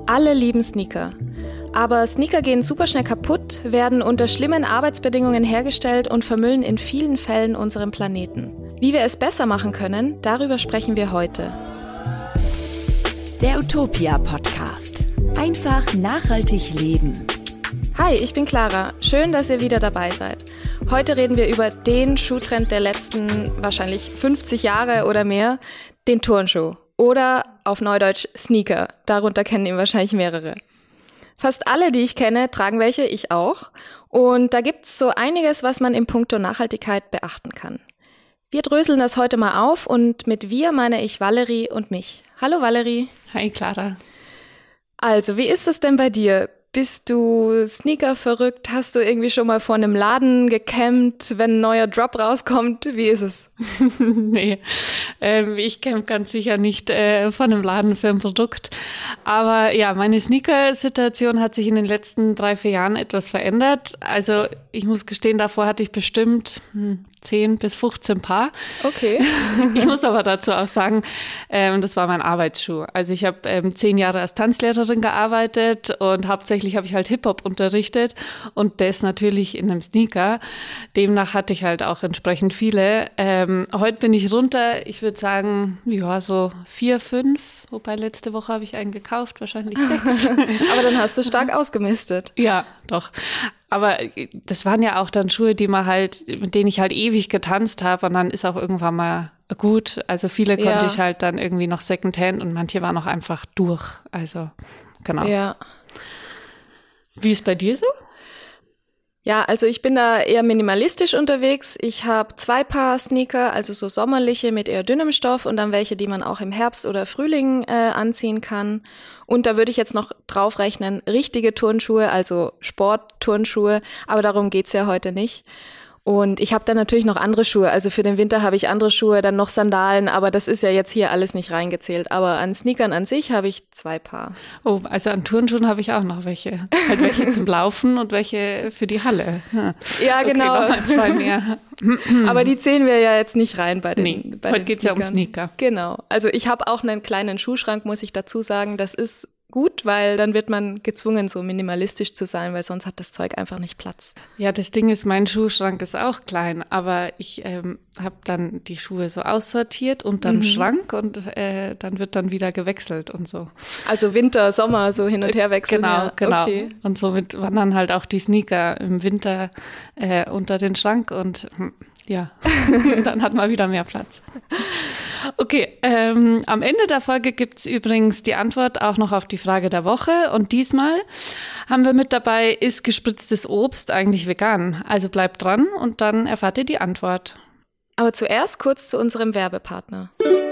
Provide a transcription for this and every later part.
Alle lieben Sneaker. Aber Sneaker gehen super schnell kaputt, werden unter schlimmen Arbeitsbedingungen hergestellt und vermüllen in vielen Fällen unseren Planeten. Wie wir es besser machen können, darüber sprechen wir heute. Der Utopia-Podcast. Einfach nachhaltig leben. Hi, ich bin Clara. Schön, dass ihr wieder dabei seid. Heute reden wir über den Schuhtrend der letzten wahrscheinlich 50 Jahre oder mehr, den Turnschuh. Oder auf Neudeutsch Sneaker. Darunter kennen ihn wahrscheinlich mehrere. Fast alle, die ich kenne, tragen welche, ich auch. Und da gibt's so einiges, was man in puncto Nachhaltigkeit beachten kann. Wir dröseln das heute mal auf und mit wir meine ich Valerie und mich. Hallo Valerie. Hi Clara. Also, wie ist es denn bei dir? Bist du Sneaker verrückt? Hast du irgendwie schon mal vor einem Laden gecampt, wenn ein neuer Drop rauskommt? Wie ist es? Nee, ich camp ganz sicher nicht vor einem Laden für ein Produkt. Aber ja, meine Sneaker-Situation hat sich in den letzten 3-4 Jahren etwas verändert. Also ich muss gestehen, davor hatte ich bestimmt 10 bis 15 Paar. Okay. Ich muss aber dazu auch sagen, das war mein Arbeitsschuh. Also ich habe 10 Jahre als Tanzlehrerin gearbeitet und hauptsächlich habe ich halt Hip-Hop unterrichtet und das natürlich in einem Sneaker. Demnach hatte ich halt auch entsprechend viele. Heute bin ich runter, ich würde sagen, ja, so 4, 5. Wobei letzte Woche habe ich einen gekauft, wahrscheinlich 6. Aber dann hast du stark ausgemistet. Ja, doch. Aber das waren ja auch dann Schuhe, mit denen ich halt ewig getanzt habe und dann ist auch irgendwann mal gut. Also viele konnte ich halt dann irgendwie noch Secondhand und manche waren auch einfach durch. Also, genau. Ja. Wie ist bei dir so? Ja, also ich bin da eher minimalistisch unterwegs. Ich habe 2 Paar Sneaker, also so sommerliche mit eher dünnem Stoff und dann welche, die man auch im Herbst oder Frühling anziehen kann. Und da würde ich jetzt noch draufrechnen, richtige Turnschuhe, also Sport-Turnschuhe, aber darum geht's ja heute nicht. Und ich habe dann natürlich noch andere Schuhe, also für den Winter habe ich andere Schuhe, dann noch Sandalen, aber das ist ja jetzt hier alles nicht reingezählt. Aber an Sneakern an sich habe ich 2 Paar. Oh, also an Turnschuhen habe ich auch noch welche. Halt welche zum Laufen und welche für die Halle. Ja, genau. Okay, noch 2 mehr. Aber die zählen wir ja jetzt nicht rein bei den Nee, bei heute den geht's ja um Sneaker. Genau. Also ich habe auch einen kleinen Schuhschrank, muss ich dazu sagen. Das ist gut, weil dann wird man gezwungen, so minimalistisch zu sein, weil sonst hat das Zeug einfach nicht Platz. Ja, das Ding ist, mein Schuhschrank ist auch klein, aber ich habe dann die Schuhe so aussortiert unterm Schrank und dann wird dann wieder gewechselt und so. Also Winter, Sommer, so hin und her wechseln. Genau. Okay. Und somit wandern halt auch die Sneaker im Winter unter den Schrank und ja, dann hat man wieder mehr Platz. Okay, am Ende der Folge gibt's übrigens die Antwort auch noch auf die Frage der Woche. Und diesmal haben wir mit dabei, ist gespritztes Obst eigentlich vegan? Also bleibt dran und dann erfahrt ihr die Antwort. Aber zuerst kurz zu unserem Werbepartner.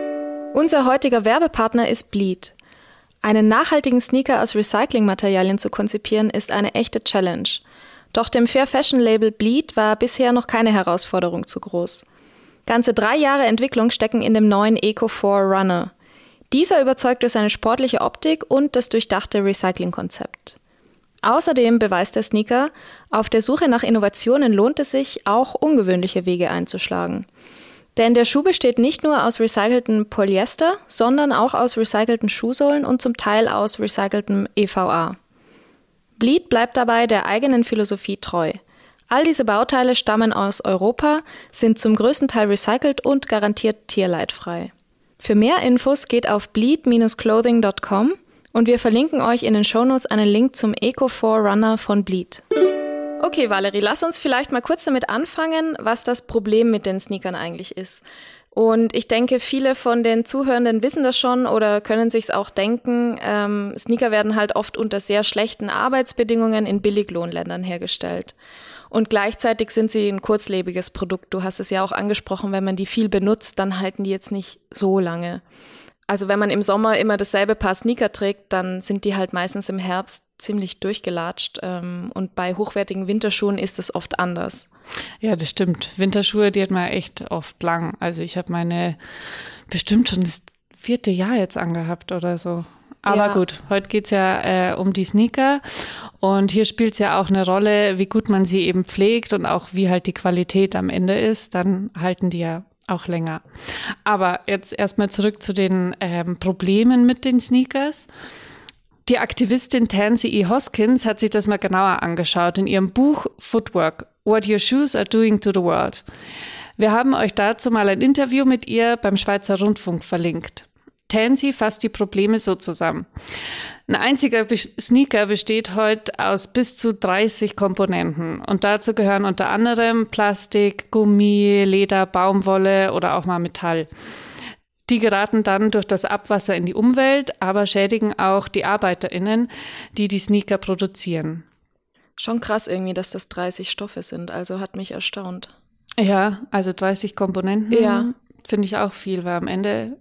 Unser heutiger Werbepartner ist Bleed. Einen nachhaltigen Sneaker aus Recyclingmaterialien zu konzipieren, ist eine echte Challenge. Doch dem Fair-Fashion-Label Bleed war bisher noch keine Herausforderung zu groß. Ganze 3 Jahre Entwicklung stecken in dem neuen Eco 4 Runner. Dieser überzeugt durch seine sportliche Optik und das durchdachte Recycling-Konzept. Außerdem beweist der Sneaker, auf der Suche nach Innovationen lohnt es sich, auch ungewöhnliche Wege einzuschlagen. Denn der Schuh besteht nicht nur aus recyceltem Polyester, sondern auch aus recycelten Schuhsohlen und zum Teil aus recyceltem EVA. Bleed bleibt dabei der eigenen Philosophie treu. All diese Bauteile stammen aus Europa, sind zum größten Teil recycelt und garantiert tierleidfrei. Für mehr Infos geht auf bleed-clothing.com und wir verlinken euch in den Shownotes einen Link zum Eco 4 Runner von Bleed. Okay, Valerie, lass uns vielleicht mal kurz damit anfangen, was das Problem mit den Sneakern eigentlich ist. Und ich denke, viele von den Zuhörenden wissen das schon oder können sich's auch denken. Sneaker werden halt oft unter sehr schlechten Arbeitsbedingungen in Billiglohnländern hergestellt. Und gleichzeitig sind sie ein kurzlebiges Produkt. Du hast es ja auch angesprochen, wenn man die viel benutzt, dann halten die jetzt nicht so lange. Also wenn man im Sommer immer dasselbe Paar Sneaker trägt, dann sind die halt meistens im Herbst ziemlich durchgelatscht. Und bei hochwertigen Winterschuhen ist es oft anders. Ja, das stimmt. Winterschuhe, die hat man echt oft lang. Also ich habe meine bestimmt schon das 4. Jahr jetzt angehabt oder so. Aber gut, heute geht's ja um die Sneaker und hier spielt's ja auch eine Rolle, wie gut man sie eben pflegt und auch wie halt die Qualität am Ende ist. Dann halten die ja auch länger. Aber jetzt erstmal zurück zu den Problemen mit den Sneakers. Die Aktivistin Tansy E. Hoskins hat sich das mal genauer angeschaut in ihrem Buch Footwork, What Your Shoes Are Doing to the World. Wir haben euch dazu mal ein Interview mit ihr beim Schweizer Rundfunk verlinkt. Tansy fasst die Probleme so zusammen. Ein einziger Sneaker besteht heute aus bis zu 30 Komponenten und dazu gehören unter anderem Plastik, Gummi, Leder, Baumwolle oder auch mal Metall. Die geraten dann durch das Abwasser in die Umwelt, aber schädigen auch die ArbeiterInnen, die die Sneaker produzieren. Schon krass irgendwie, dass das 30 Stoffe sind, also hat mich erstaunt. Ja, also 30 Komponenten finde ich auch viel, weil am Ende,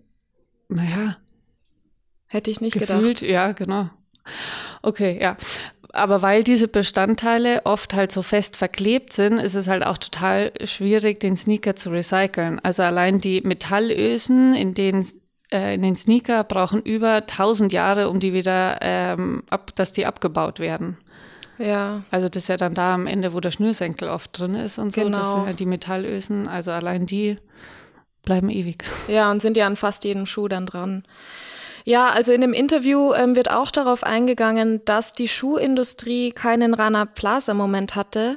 hätte ich nicht gefühlt, gedacht. Ja, genau. Okay, ja. Aber weil diese Bestandteile oft halt so fest verklebt sind, ist es halt auch total schwierig, den Sneaker zu recyceln. Also allein die Metallösen in den Sneaker brauchen über 1000 Jahre, um die wieder, dass die abgebaut werden. Ja. Also das ist ja dann da am Ende, wo der Schnürsenkel oft drin ist und so. Genau. Das sind ja die Metallösen, also allein die bleiben ewig. Ja, und sind ja an fast jedem Schuh dann dran. Ja, also in dem Interview wird auch darauf eingegangen, dass die Schuhindustrie keinen Rana Plaza-Moment hatte.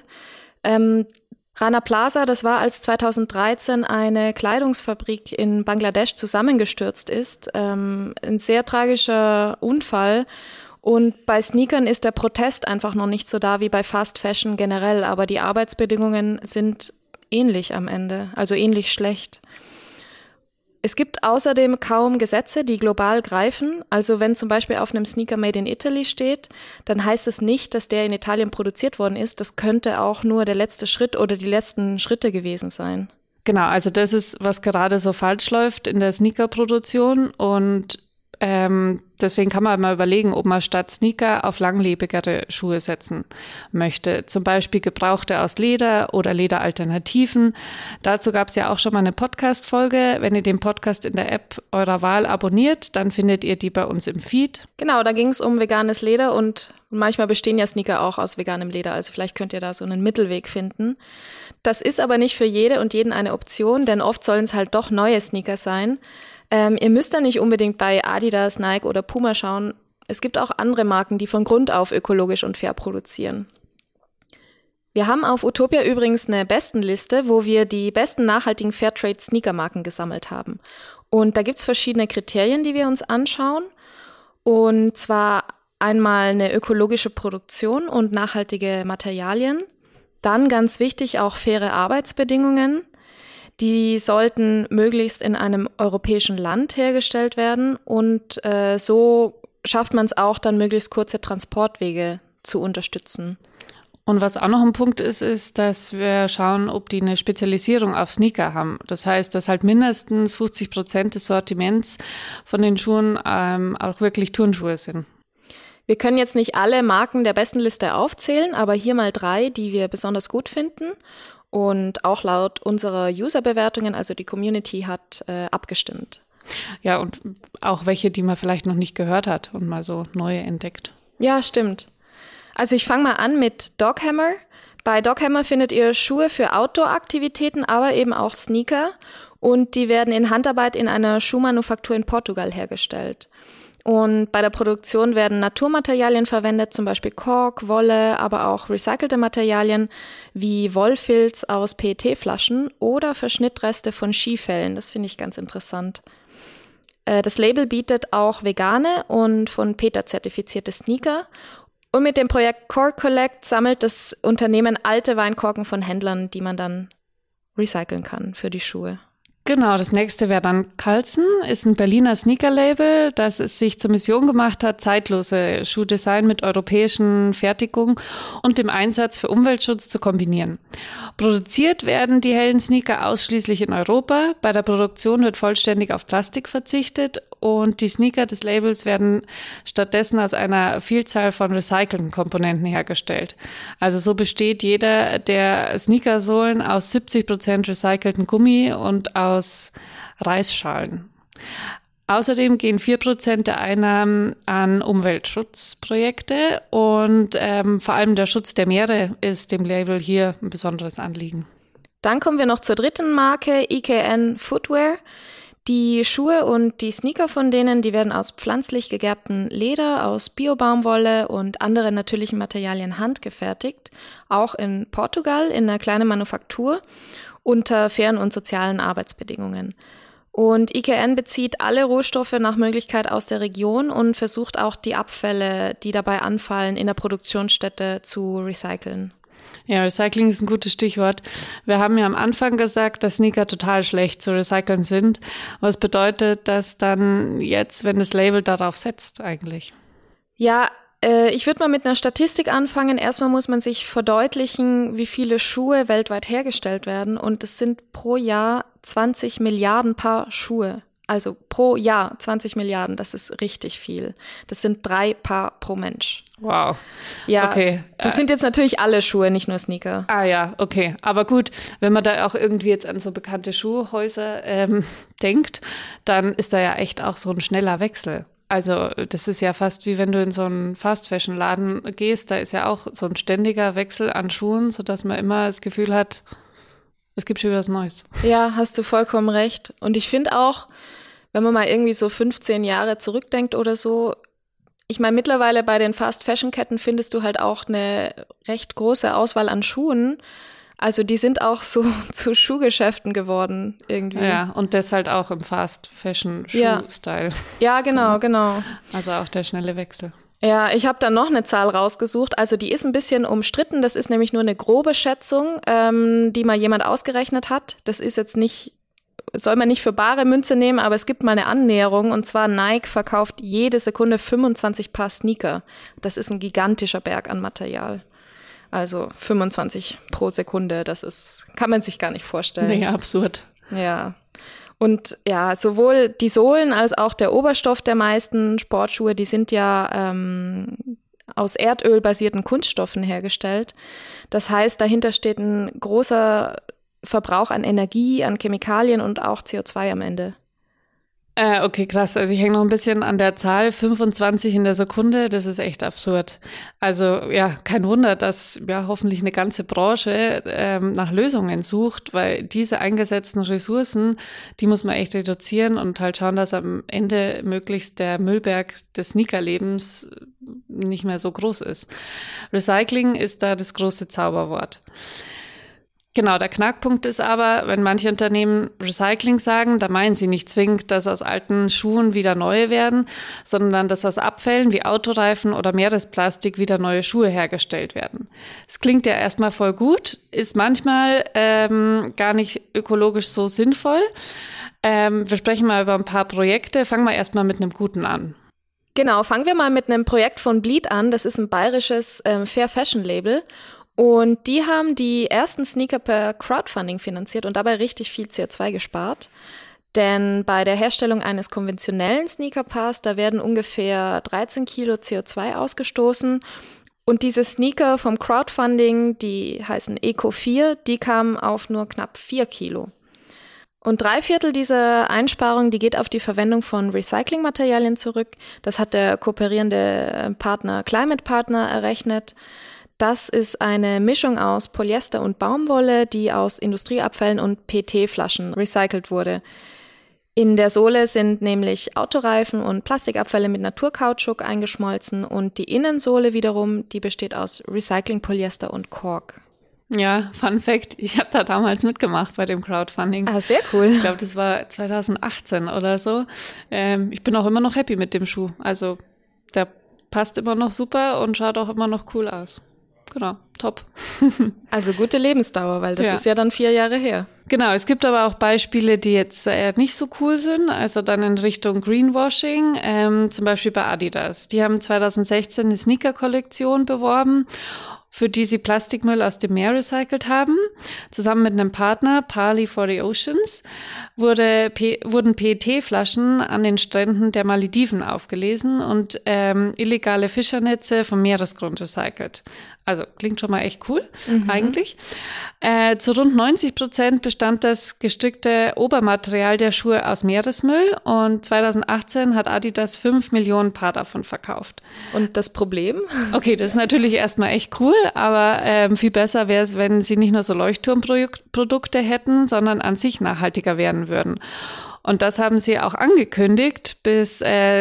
Rana Plaza, das war, als 2013 eine Kleidungsfabrik in Bangladesch zusammengestürzt ist. Ein sehr tragischer Unfall. Und bei Sneakern ist der Protest einfach noch nicht so da wie bei Fast Fashion generell, aber die Arbeitsbedingungen sind ähnlich am Ende, also ähnlich schlecht. Es gibt außerdem kaum Gesetze, die global greifen. Also wenn zum Beispiel auf einem Sneaker Made in Italy steht, dann heißt es nicht, dass der in Italien produziert worden ist. Das könnte auch nur der letzte Schritt oder die letzten Schritte gewesen sein. Genau, also das ist, was gerade so falsch läuft in der Sneakerproduktion und deswegen kann man mal überlegen, ob man statt Sneaker auf langlebigere Schuhe setzen möchte. Zum Beispiel Gebrauchte aus Leder oder Lederalternativen. Dazu gab es ja auch schon mal eine Podcast-Folge. Wenn ihr den Podcast in der App eurer Wahl abonniert, dann findet ihr die bei uns im Feed. Genau, da ging es um veganes Leder und manchmal bestehen ja Sneaker auch aus veganem Leder. Also vielleicht könnt ihr da so einen Mittelweg finden. Das ist aber nicht für jede und jeden eine Option, denn oft sollen es halt doch neue Sneaker sein. Ihr müsst da nicht unbedingt bei Adidas, Nike oder Puma schauen. Es gibt auch andere Marken, die von Grund auf ökologisch und fair produzieren. Wir haben auf Utopia übrigens eine Bestenliste, wo wir die besten nachhaltigen Fairtrade-Sneaker-Marken gesammelt haben. Und da gibt's verschiedene Kriterien, die wir uns anschauen. Und zwar einmal eine ökologische Produktion und nachhaltige Materialien. Dann ganz wichtig auch faire Arbeitsbedingungen. Die sollten möglichst in einem europäischen Land hergestellt werden und so schafft man es auch, dann möglichst kurze Transportwege zu unterstützen. Und was auch noch ein Punkt ist, ist, dass wir schauen, ob die eine Spezialisierung auf Sneaker haben. Das heißt, dass halt mindestens 50% des Sortiments von den Schuhen auch wirklich Turnschuhe sind. Wir können jetzt nicht alle Marken der Bestenliste aufzählen, aber hier mal 3, die wir besonders gut finden. Und auch laut unserer User-Bewertungen, also die Community hat abgestimmt. Ja, und auch welche, die man vielleicht noch nicht gehört hat und mal so neue entdeckt. Ja, stimmt. Also ich fange mal an mit Doghammer. Bei Doghammer findet ihr Schuhe für Outdoor-Aktivitäten, aber eben auch Sneaker. Und die werden in Handarbeit in einer Schuhmanufaktur in Portugal hergestellt. Und bei der Produktion werden Naturmaterialien verwendet, zum Beispiel Kork, Wolle, aber auch recycelte Materialien wie Wollfilz aus PET-Flaschen oder Verschnittreste von Skifellen. Das finde ich ganz interessant. Das Label bietet auch vegane und von PETA zertifizierte Sneaker. Und mit dem Projekt Cork Collect sammelt das Unternehmen alte Weinkorken von Händlern, die man dann recyceln kann für die Schuhe. Genau, das nächste wäre dann Carlson, ist ein Berliner Sneaker-Label, das es sich zur Mission gemacht hat, zeitlose Schuhdesign mit europäischen Fertigung und dem Einsatz für Umweltschutz zu kombinieren. Produziert werden die hellen Sneaker ausschließlich in Europa. Bei der Produktion wird vollständig auf Plastik verzichtet und die Sneaker des Labels werden stattdessen aus einer Vielzahl von recycelten Komponenten hergestellt. Also so besteht jeder der Sneakersohlen aus 70% recycelten Gummi und aus Reisschalen. Außerdem gehen 4% der Einnahmen an Umweltschutzprojekte und vor allem der Schutz der Meere ist dem Label hier ein besonderes Anliegen. Dann kommen wir noch zur dritten Marke, EKN Footwear. Die Schuhe und die Sneaker von denen, die werden aus pflanzlich gegerbtem Leder, aus Bio-Baumwolle und anderen natürlichen Materialien handgefertigt, auch in Portugal in einer kleinen Manufaktur unter fairen und sozialen Arbeitsbedingungen. Und IKN bezieht alle Rohstoffe nach Möglichkeit aus der Region und versucht auch die Abfälle, die dabei anfallen, in der Produktionsstätte zu recyceln. Ja, Recycling ist ein gutes Stichwort. Wir haben ja am Anfang gesagt, dass Sneaker total schlecht zu recyceln sind. Was bedeutet das dann jetzt, wenn das Label darauf setzt eigentlich? Ja, ich würde mal mit einer Statistik anfangen. Erstmal muss man sich verdeutlichen, wie viele Schuhe weltweit hergestellt werden. Und es sind pro Jahr 20 Milliarden Paar Schuhe. Also pro Jahr 20 Milliarden, das ist richtig viel. Das sind 3 Paar pro Mensch. Wow. Ja, okay. Das sind jetzt natürlich alle Schuhe, nicht nur Sneaker. Ah ja, okay. Aber gut, wenn man da auch irgendwie jetzt an so bekannte Schuhhäuser denkt, dann ist da ja echt auch so ein schneller Wechsel. Also das ist ja fast wie wenn du in so einen Fast-Fashion-Laden gehst, da ist ja auch so ein ständiger Wechsel an Schuhen, sodass man immer das Gefühl hat, es gibt schon wieder was Neues. Ja, hast du vollkommen recht. Und ich finde auch, wenn man mal irgendwie so 15 Jahre zurückdenkt oder so, ich meine, mittlerweile bei den Fast-Fashion-Ketten findest du halt auch eine recht große Auswahl an Schuhen. Also die sind auch so zu Schuhgeschäften geworden irgendwie. Ja, und das halt auch im Fast-Fashion-Schuh-Style. Ja, genau. Also auch der schnelle Wechsel. Ja, ich habe da noch eine Zahl rausgesucht. Also die ist ein bisschen umstritten. Das ist nämlich nur eine grobe Schätzung, die mal jemand ausgerechnet hat. Das ist jetzt nicht, soll man nicht für bare Münze nehmen, aber es gibt mal eine Annäherung. Und zwar Nike verkauft jede Sekunde 25 Paar Sneaker. Das ist ein gigantischer Berg an Material. Also 25 pro Sekunde, kann man sich gar nicht vorstellen. Nee, absurd. Ja. Und ja, sowohl die Sohlen als auch der Oberstoff der meisten Sportschuhe, die sind ja aus erdölbasierten Kunststoffen hergestellt. Das heißt, dahinter steht ein großer Verbrauch an Energie, an Chemikalien und auch CO2 am Ende. Okay, krass. Also ich hänge noch ein bisschen an der Zahl 25 in der Sekunde. Das ist echt absurd. Also ja, kein Wunder, dass ja hoffentlich eine ganze Branche nach Lösungen sucht, weil diese eingesetzten Ressourcen, die muss man echt reduzieren und halt schauen, dass am Ende möglichst der Müllberg des Sneakerlebens nicht mehr so groß ist. Recycling ist da das große Zauberwort. Genau, der Knackpunkt ist aber, wenn manche Unternehmen Recycling sagen, da meinen sie nicht zwingend, dass aus alten Schuhen wieder neue werden, sondern dass aus Abfällen wie Autoreifen oder Meeresplastik wieder neue Schuhe hergestellt werden. Es klingt ja erstmal voll gut, ist manchmal gar nicht ökologisch so sinnvoll. Wir sprechen mal über ein paar Projekte. Fangen wir erstmal mit einem guten an. Genau, fangen wir mal mit einem Projekt von Bleed an. Das ist ein bayerisches Fair Fashion Label. Und die haben die ersten Sneaker per Crowdfunding finanziert und dabei richtig viel CO2 gespart. Denn bei der Herstellung eines konventionellen Sneakerpaars, da werden ungefähr 13 Kilo CO2 ausgestoßen. Und diese Sneaker vom Crowdfunding, die heißen Eco 4, die kamen auf nur knapp 4 Kilo. Und 3/4 dieser Einsparung, die geht auf die Verwendung von Recyclingmaterialien zurück. Das hat der kooperierende Partner Climate Partner errechnet. Das ist eine Mischung aus Polyester und Baumwolle, die aus Industrieabfällen und PET-Flaschen recycelt wurde. In der Sohle sind nämlich Autoreifen und Plastikabfälle mit Naturkautschuk eingeschmolzen und die Innensohle wiederum, die besteht aus Recycling-Polyester und Kork. Ja, Fun Fact, ich habe da damals mitgemacht bei dem Crowdfunding. Ah, sehr cool. Ich glaube, das war 2018 oder so. Ich bin auch immer noch happy mit dem Schuh. Also der passt immer noch super und schaut auch immer noch cool aus. Genau, top. Also gute Lebensdauer, weil das ist ja dann 4 Jahre her. Genau, es gibt aber auch Beispiele, die jetzt nicht so cool sind, also dann in Richtung Greenwashing, zum Beispiel bei Adidas. Die haben 2016 eine Sneaker-Kollektion beworben, für die sie Plastikmüll aus dem Meer recycelt haben. Zusammen mit einem Partner, Parley for the Oceans, wurden PET-Flaschen an den Stränden der Malediven aufgelesen und illegale Fischernetze vom Meeresgrund recycelt. Also klingt schon mal echt cool, eigentlich. Zu rund 90% bestand das gestrickte Obermaterial der Schuhe aus Meeresmüll und 2018 hat Adidas 5 Millionen Paar davon verkauft. Und das Problem? Okay, das ist natürlich erstmal echt cool, aber viel besser wäre es, wenn sie nicht nur so Leuchtturmprodukte hätten, sondern an sich nachhaltiger werden würden. Und das haben sie auch angekündigt. Bis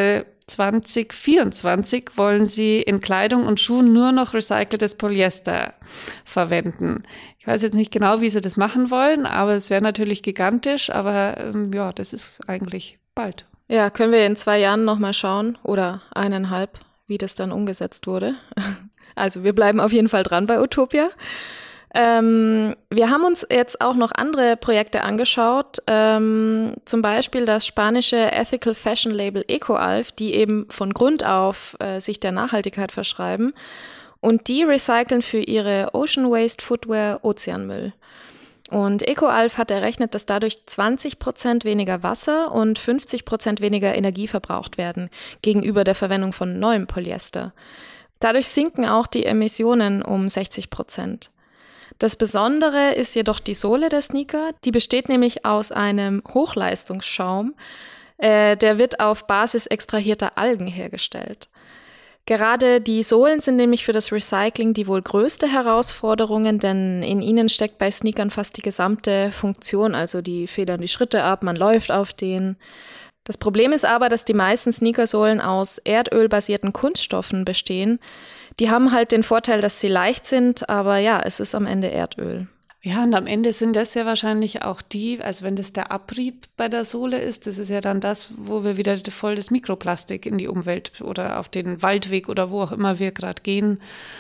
2024 wollen sie in Kleidung und Schuhen nur noch recyceltes Polyester verwenden. Ich weiß jetzt nicht genau, wie sie das machen wollen, aber es wäre natürlich gigantisch. Aber ja, das ist eigentlich bald. Ja, können wir in 2 Jahren nochmal schauen oder 1,5, wie das dann umgesetzt wurde. Also wir bleiben auf jeden Fall dran bei Utopia. Wir haben uns jetzt auch noch andere Projekte angeschaut, zum Beispiel das spanische Ethical Fashion Label EcoAlf, die eben von Grund auf sich der Nachhaltigkeit verschreiben. Und die recyceln für ihre Ocean Waste Footwear Ozeanmüll. Und EcoAlf hat errechnet, dass dadurch 20% weniger Wasser und 50% weniger Energie verbraucht werden gegenüber der Verwendung von neuem Polyester. Dadurch sinken auch die Emissionen um 60%. Das Besondere ist jedoch die Sohle der Sneaker. Die besteht nämlich aus einem Hochleistungsschaum. Der wird auf Basis extrahierter Algen hergestellt. Gerade die Sohlen sind nämlich für das Recycling die wohl größte Herausforderung, denn in ihnen steckt bei Sneakern fast die gesamte Funktion, also die federn die Schritte ab, man läuft auf denen. Das Problem ist aber, dass die meisten Sneakersohlen aus erdölbasierten Kunststoffen bestehen. Die haben halt den Vorteil, dass sie leicht sind, aber ja, es ist am Ende Erdöl. Ja, und am Ende sind das ja wahrscheinlich auch die, also wenn das der Abrieb bei der Sohle ist, das ist ja dann das, wo wir wieder voll das Mikroplastik in die Umwelt oder auf den Waldweg oder wo auch immer wir gerade gehen,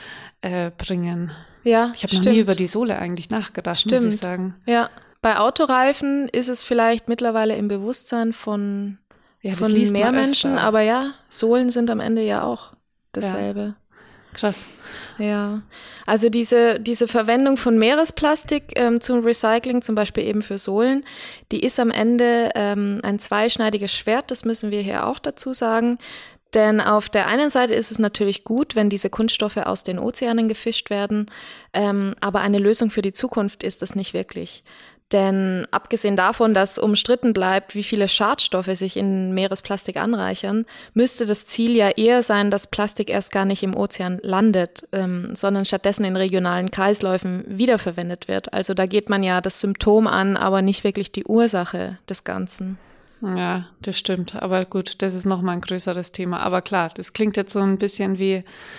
bringen. Ja, ich habe noch nie über die Sohle eigentlich nachgedacht, muss ich sagen. Ja, bei Autoreifen ist es vielleicht mittlerweile im Bewusstsein von mehr Menschen, aber ja, Sohlen sind am Ende ja auch dasselbe. Ja. Krass. Ja, also diese Verwendung von Meeresplastik zum Recycling, zum Beispiel eben für Sohlen, die ist am Ende ein zweischneidiges Schwert, das müssen wir hier auch dazu sagen. Denn auf der einen Seite ist es natürlich gut, wenn diese Kunststoffe aus den Ozeanen gefischt werden, aber eine Lösung für die Zukunft ist es nicht wirklich. Denn abgesehen davon, dass umstritten bleibt, wie viele Schadstoffe sich in Meeresplastik anreichern, müsste das Ziel ja eher sein, dass Plastik erst gar nicht im Ozean landet, sondern stattdessen in regionalen Kreisläufen wiederverwendet wird. Also da geht man ja das Symptom an, aber nicht wirklich die Ursache des Ganzen. Ja, das stimmt. Aber gut, das ist nochmal ein größeres Thema. Aber klar, das klingt jetzt so ein bisschen wie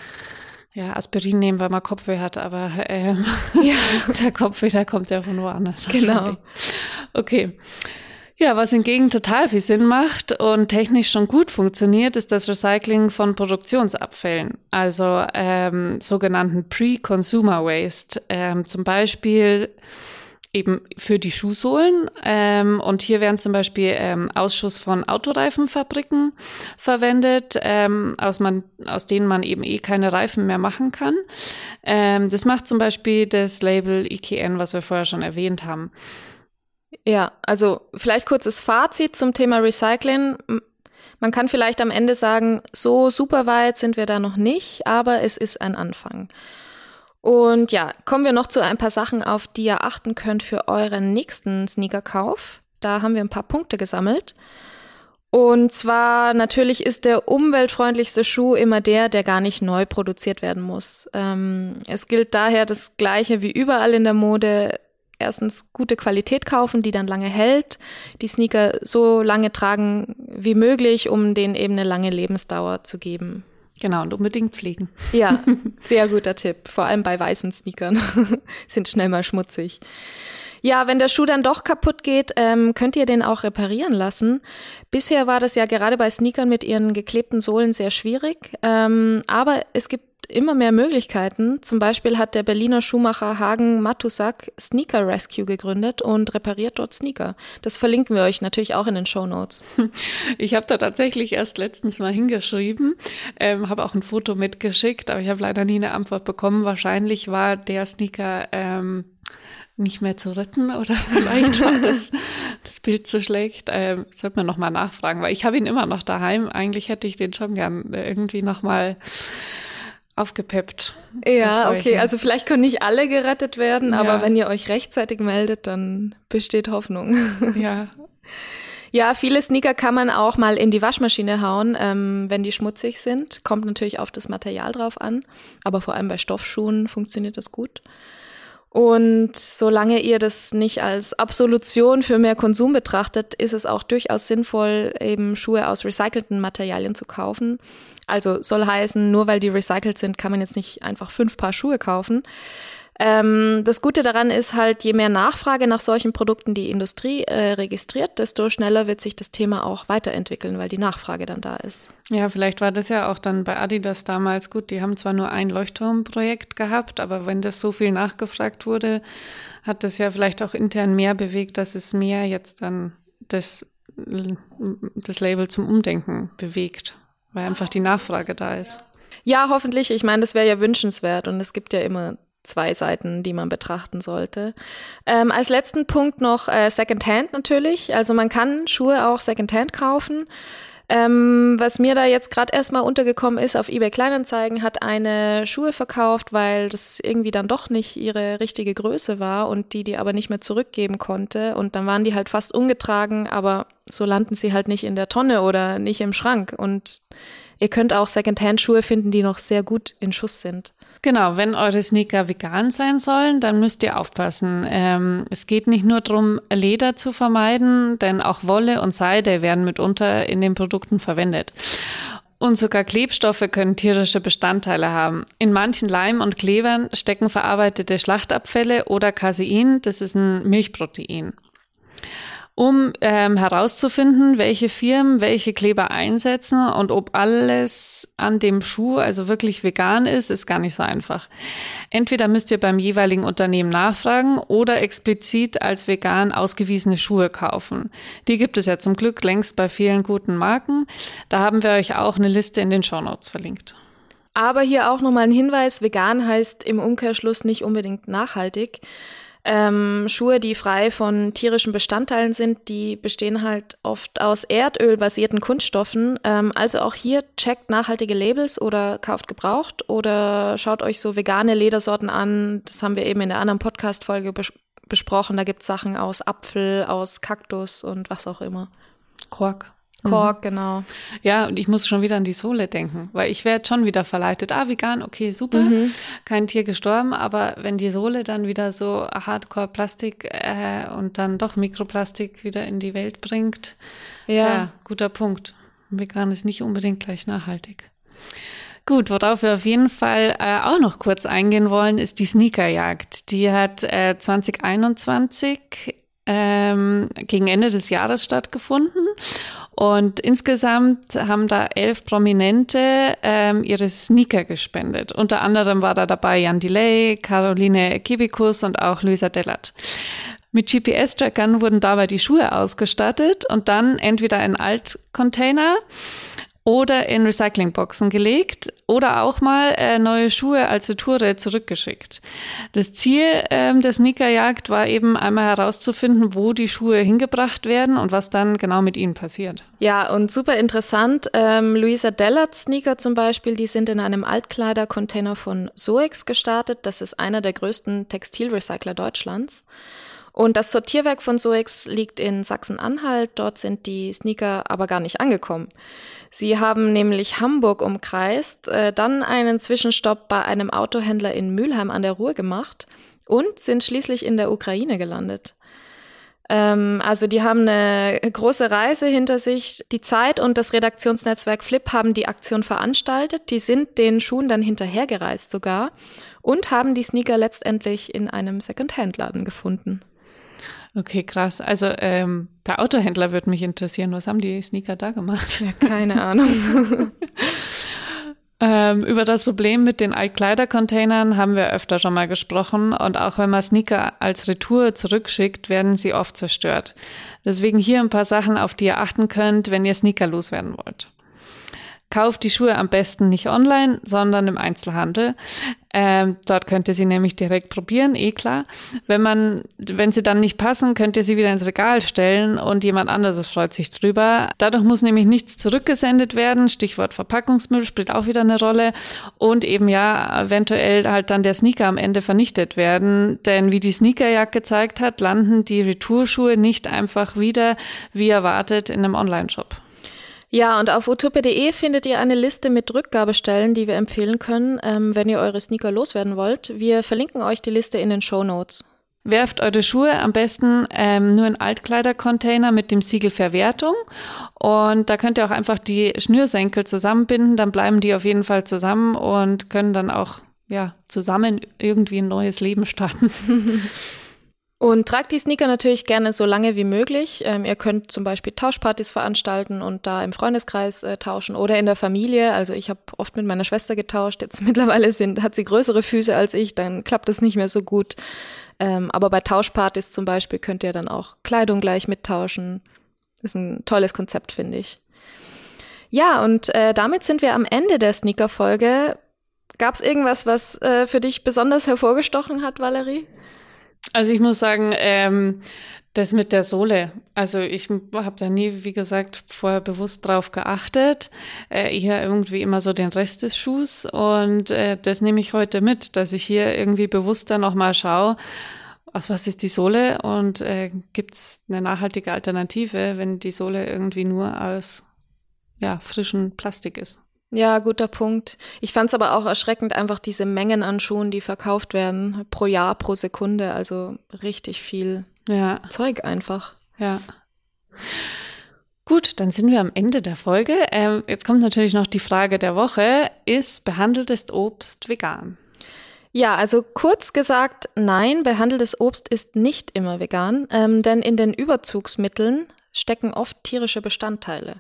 Aspirin nehmen, weil man Kopfweh hat, aber der Kopfweh, der kommt ja von woanders. Genau. Okay. Ja, was hingegen total viel Sinn macht und technisch schon gut funktioniert, ist das Recycling von Produktionsabfällen, also sogenannten Pre-Consumer Waste. Zum Beispiel eben für die Schuhsohlen. Und hier werden zum Beispiel Ausschuss von Autoreifenfabriken verwendet, aus denen man eben keine Reifen mehr machen kann. Das macht zum Beispiel das Label EKN, was wir vorher schon erwähnt haben. Ja, also vielleicht kurzes Fazit zum Thema Recycling. Man kann vielleicht am Ende sagen, so super weit sind wir da noch nicht, aber es ist ein Anfang. Und ja, kommen wir noch zu ein paar Sachen, auf die ihr achten könnt für euren nächsten Sneakerkauf. Da haben wir ein paar Punkte gesammelt. Und zwar natürlich ist der umweltfreundlichste Schuh immer der gar nicht neu produziert werden muss. Es gilt daher das Gleiche wie überall in der Mode. Erstens gute Qualität kaufen, die dann lange hält. Die Sneaker so lange tragen wie möglich, um denen eben eine lange Lebensdauer zu geben. Genau, und unbedingt pflegen. Ja, sehr guter Tipp. Vor allem bei weißen Sneakern. Sind schnell mal schmutzig. Ja, wenn der Schuh dann doch kaputt geht, könnt ihr den auch reparieren lassen. Bisher war das ja gerade bei Sneakern mit ihren geklebten Sohlen sehr schwierig. Aber es gibt immer mehr Möglichkeiten. Zum Beispiel hat der Berliner Schuhmacher Hagen Matusak Sneaker Rescue gegründet und repariert dort Sneaker. Das verlinken wir euch natürlich auch in den Shownotes. Ich habe da tatsächlich erst letztens mal hingeschrieben, habe auch ein Foto mitgeschickt, aber ich habe leider nie eine Antwort bekommen. Wahrscheinlich war der Sneaker nicht mehr zu retten oder vielleicht war das Bild zu schlecht. Sollte man nochmal nachfragen, weil ich habe ihn immer noch daheim. Eigentlich hätte ich den schon gern irgendwie nochmal aufgepeppt. Ja, okay, also vielleicht können nicht alle gerettet werden, aber wenn ihr euch rechtzeitig meldet, dann besteht Hoffnung. Ja. Ja, viele Sneaker kann man auch mal in die Waschmaschine hauen, wenn die schmutzig sind. Kommt natürlich auf das Material drauf an, aber vor allem bei Stoffschuhen funktioniert das gut. Und solange ihr das nicht als Absolution für mehr Konsum betrachtet, ist es auch durchaus sinnvoll, eben Schuhe aus recycelten Materialien zu kaufen. Also soll heißen, nur weil die recycelt sind, kann man jetzt nicht einfach 5 Paar Schuhe kaufen. Das Gute daran ist halt, je mehr Nachfrage nach solchen Produkten die Industrie registriert, desto schneller wird sich das Thema auch weiterentwickeln, weil die Nachfrage dann da ist. Ja, vielleicht war das ja auch dann bei Adidas damals gut. Die haben zwar nur ein Leuchtturmprojekt gehabt, aber wenn das so viel nachgefragt wurde, hat das ja vielleicht auch intern mehr bewegt, dass es mehr jetzt dann das Label zum Umdenken bewegt, weil einfach die Nachfrage da ist. Ja, hoffentlich. Ich meine, das wäre ja wünschenswert und es gibt ja immer 2 Seiten, die man betrachten sollte. Als letzten Punkt noch Secondhand natürlich. Also man kann Schuhe auch Secondhand kaufen. Was mir da jetzt gerade erstmal untergekommen ist, auf eBay Kleinanzeigen hat eine Schuhe verkauft, weil das irgendwie dann doch nicht ihre richtige Größe war und die aber nicht mehr zurückgeben konnte. Und dann waren die halt fast ungetragen, aber so landen sie halt nicht in der Tonne oder nicht im Schrank. Und ihr könnt auch Secondhand-Schuhe finden, die noch sehr gut in Schuss sind. Genau, wenn eure Sneaker vegan sein sollen, dann müsst ihr aufpassen. Es geht nicht nur darum, Leder zu vermeiden, denn auch Wolle und Seide werden mitunter in den Produkten verwendet. Und sogar Klebstoffe können tierische Bestandteile haben. In manchen Leim und Klebern stecken verarbeitete Schlachtabfälle oder Casein, das ist ein Milchprotein. Um herauszufinden, welche Firmen welche Kleber einsetzen und ob alles an dem Schuh also wirklich vegan ist gar nicht so einfach. Entweder müsst ihr beim jeweiligen Unternehmen nachfragen oder explizit als vegan ausgewiesene Schuhe kaufen. Die gibt es ja zum Glück längst bei vielen guten Marken. Da haben wir euch auch eine Liste in den Shownotes verlinkt. Aber hier auch nochmal ein Hinweis, vegan heißt im Umkehrschluss nicht unbedingt nachhaltig. Schuhe, die frei von tierischen Bestandteilen sind, die bestehen halt oft aus erdölbasierten Kunststoffen. Also auch hier checkt nachhaltige Labels oder kauft gebraucht oder schaut euch so vegane Ledersorten an. Das haben wir eben in der anderen Podcast-Folge besprochen. Da gibt es Sachen aus Apfel, aus Kaktus und was auch immer. Kork, genau. Ja, und ich muss schon wieder an die Sohle denken, weil ich werde schon wieder verleitet. Vegan, okay, super, kein Tier gestorben, aber wenn die Sohle dann wieder so Hardcore-Plastik und dann doch Mikroplastik wieder in die Welt bringt, ja, guter Punkt. Vegan ist nicht unbedingt gleich nachhaltig. Gut, worauf wir auf jeden Fall auch noch kurz eingehen wollen, ist die Sneakerjagd. Die hat 2021 gegen Ende des Jahres stattgefunden. Und insgesamt haben da 11 Prominente ihre Sneaker gespendet. Unter anderem war da dabei Jan Delay, Caroline Kebekus und auch Luisa Dellert. Mit GPS-Trackern wurden dabei die Schuhe ausgestattet und dann entweder in Altcontainer oder in Recyclingboxen gelegt oder auch mal neue Schuhe als Retoure zurückgeschickt. Das Ziel der Sneakerjagd war eben einmal herauszufinden, wo die Schuhe hingebracht werden und was dann genau mit ihnen passiert. Ja, und super interessant. Luisa Dellerts Sneaker zum Beispiel, die sind in einem Altkleidercontainer von Soex gestartet. Das ist einer der größten Textilrecycler Deutschlands. Und das Sortierwerk von Soex liegt in Sachsen-Anhalt. Dort sind die Sneaker aber gar nicht angekommen. Sie haben nämlich Hamburg umkreist, dann einen Zwischenstopp bei einem Autohändler in Mülheim an der Ruhr gemacht und sind schließlich in der Ukraine gelandet. Also die haben eine große Reise hinter sich. Die Zeit und das Redaktionsnetzwerk Flip haben die Aktion veranstaltet. Die sind den Schuhen dann hinterhergereist sogar und haben die Sneaker letztendlich in einem Second-Hand-Laden gefunden. Okay, krass. Also der Autohändler würde mich interessieren. Was haben die Sneaker da gemacht? Ja, keine Ahnung. Über das Problem mit den Altkleidercontainern haben wir öfter schon mal gesprochen. Und auch wenn man Sneaker als Retour zurückschickt, werden sie oft zerstört. Deswegen hier ein paar Sachen, auf die ihr achten könnt, wenn ihr Sneaker loswerden wollt. Kauft die Schuhe am besten nicht online, sondern im Einzelhandel. Dort könnt ihr sie nämlich direkt probieren, klar. Wenn sie dann nicht passen, könnt ihr sie wieder ins Regal stellen und jemand anderes freut sich drüber. Dadurch muss nämlich nichts zurückgesendet werden. Stichwort Verpackungsmüll spielt auch wieder eine Rolle. Und eben ja, eventuell halt dann der Sneaker am Ende vernichtet werden. Denn wie die Sneakerjagd gezeigt hat, landen die Retourschuhe nicht einfach wieder, wie erwartet, in einem Online-Shop. Ja, und auf utopia.de findet ihr eine Liste mit Rückgabestellen, die wir empfehlen können, wenn ihr eure Sneaker loswerden wollt. Wir verlinken euch die Liste in den Shownotes. Werft eure Schuhe am besten nur in Altkleidercontainer mit dem Siegel Verwertung. Und da könnt ihr auch einfach die Schnürsenkel zusammenbinden, dann bleiben die auf jeden Fall zusammen und können dann auch zusammen irgendwie ein neues Leben starten. Und tragt die Sneaker natürlich gerne so lange wie möglich. Ihr könnt zum Beispiel Tauschpartys veranstalten und da im Freundeskreis tauschen oder in der Familie. Also ich habe oft mit meiner Schwester getauscht. Jetzt mittlerweile hat sie größere Füße als ich, dann klappt das nicht mehr so gut. Aber bei Tauschpartys zum Beispiel könnt ihr dann auch Kleidung gleich mittauschen. Das ist ein tolles Konzept, finde ich. Ja, und damit sind wir am Ende der Sneaker-Folge. Gab es irgendwas, was für dich besonders hervorgestochen hat, Valerie? Also ich muss sagen, das mit der Sohle, also ich habe da nie, wie gesagt, vorher bewusst drauf geachtet, eher irgendwie immer so den Rest des Schuhs und das nehme ich heute mit, dass ich hier irgendwie bewusster nochmal schaue, aus was ist die Sohle und gibt es eine nachhaltige Alternative, wenn die Sohle irgendwie nur aus frischen Plastik ist. Ja, guter Punkt. Ich fand es aber auch erschreckend, einfach diese Mengen an Schuhen, die verkauft werden, pro Jahr, pro Sekunde. Also richtig viel Zeug einfach. Ja. Gut, dann sind wir am Ende der Folge. Jetzt kommt natürlich noch die Frage der Woche. Ist behandeltes Obst vegan? Ja, also kurz gesagt, nein, behandeltes Obst ist nicht immer vegan, denn in den Überzugsmitteln stecken oft tierische Bestandteile.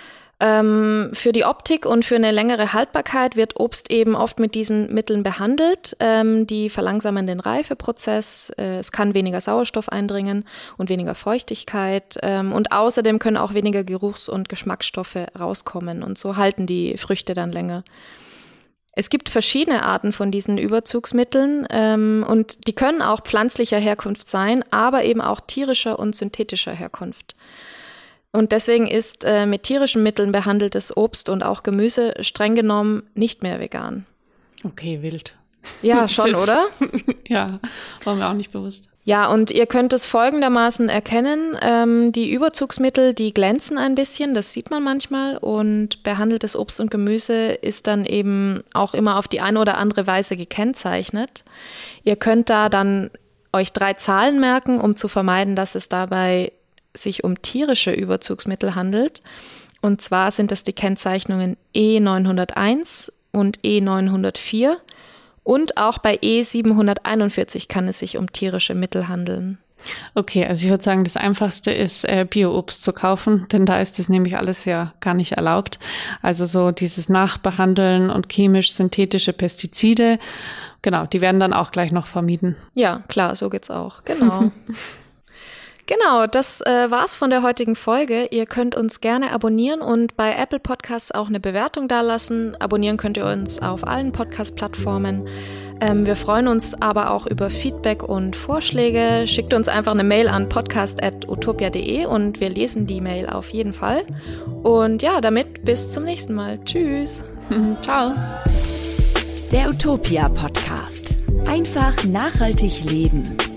Für die Optik und für eine längere Haltbarkeit wird Obst eben oft mit diesen Mitteln behandelt. Die verlangsamen den Reifeprozess. Es kann weniger Sauerstoff eindringen und weniger Feuchtigkeit. Und außerdem können auch weniger Geruchs- und Geschmacksstoffe rauskommen. Und so halten die Früchte dann länger. Es gibt verschiedene Arten von diesen Überzugsmitteln und die können auch pflanzlicher Herkunft sein, aber eben auch tierischer und synthetischer Herkunft. Und deswegen ist mit tierischen Mitteln behandeltes Obst und auch Gemüse streng genommen nicht mehr vegan. Okay, wild. Ja, schon, oder? Ja, war mir auch nicht bewusst. Ja, und ihr könnt es folgendermaßen erkennen. Die Überzugsmittel, die glänzen ein bisschen, das sieht man manchmal. Und behandeltes Obst und Gemüse ist dann eben auch immer auf die eine oder andere Weise gekennzeichnet. Ihr könnt da dann euch 3 Zahlen merken, um zu vermeiden, dass es dabei sich um tierische Überzugsmittel handelt. Und zwar sind das die Kennzeichnungen E901 und E904 und auch bei E741 kann es sich um tierische Mittel handeln. Okay, also ich würde sagen, das Einfachste ist, Bio-Obst zu kaufen, denn da ist das nämlich alles ja gar nicht erlaubt. Also so dieses Nachbehandeln und chemisch-synthetische Pestizide, genau, die werden dann auch gleich noch vermieden. Ja, klar, so geht's auch, genau. Genau, das war's von der heutigen Folge. Ihr könnt uns gerne abonnieren und bei Apple Podcasts auch eine Bewertung dalassen. Abonnieren könnt ihr uns auf allen Podcast-Plattformen. Wir freuen uns aber auch über Feedback und Vorschläge. Schickt uns einfach eine Mail an podcast@utopia.de und wir lesen die Mail auf jeden Fall. Und ja, damit bis zum nächsten Mal. Tschüss. Ciao. Der Utopia Podcast. Einfach nachhaltig leben.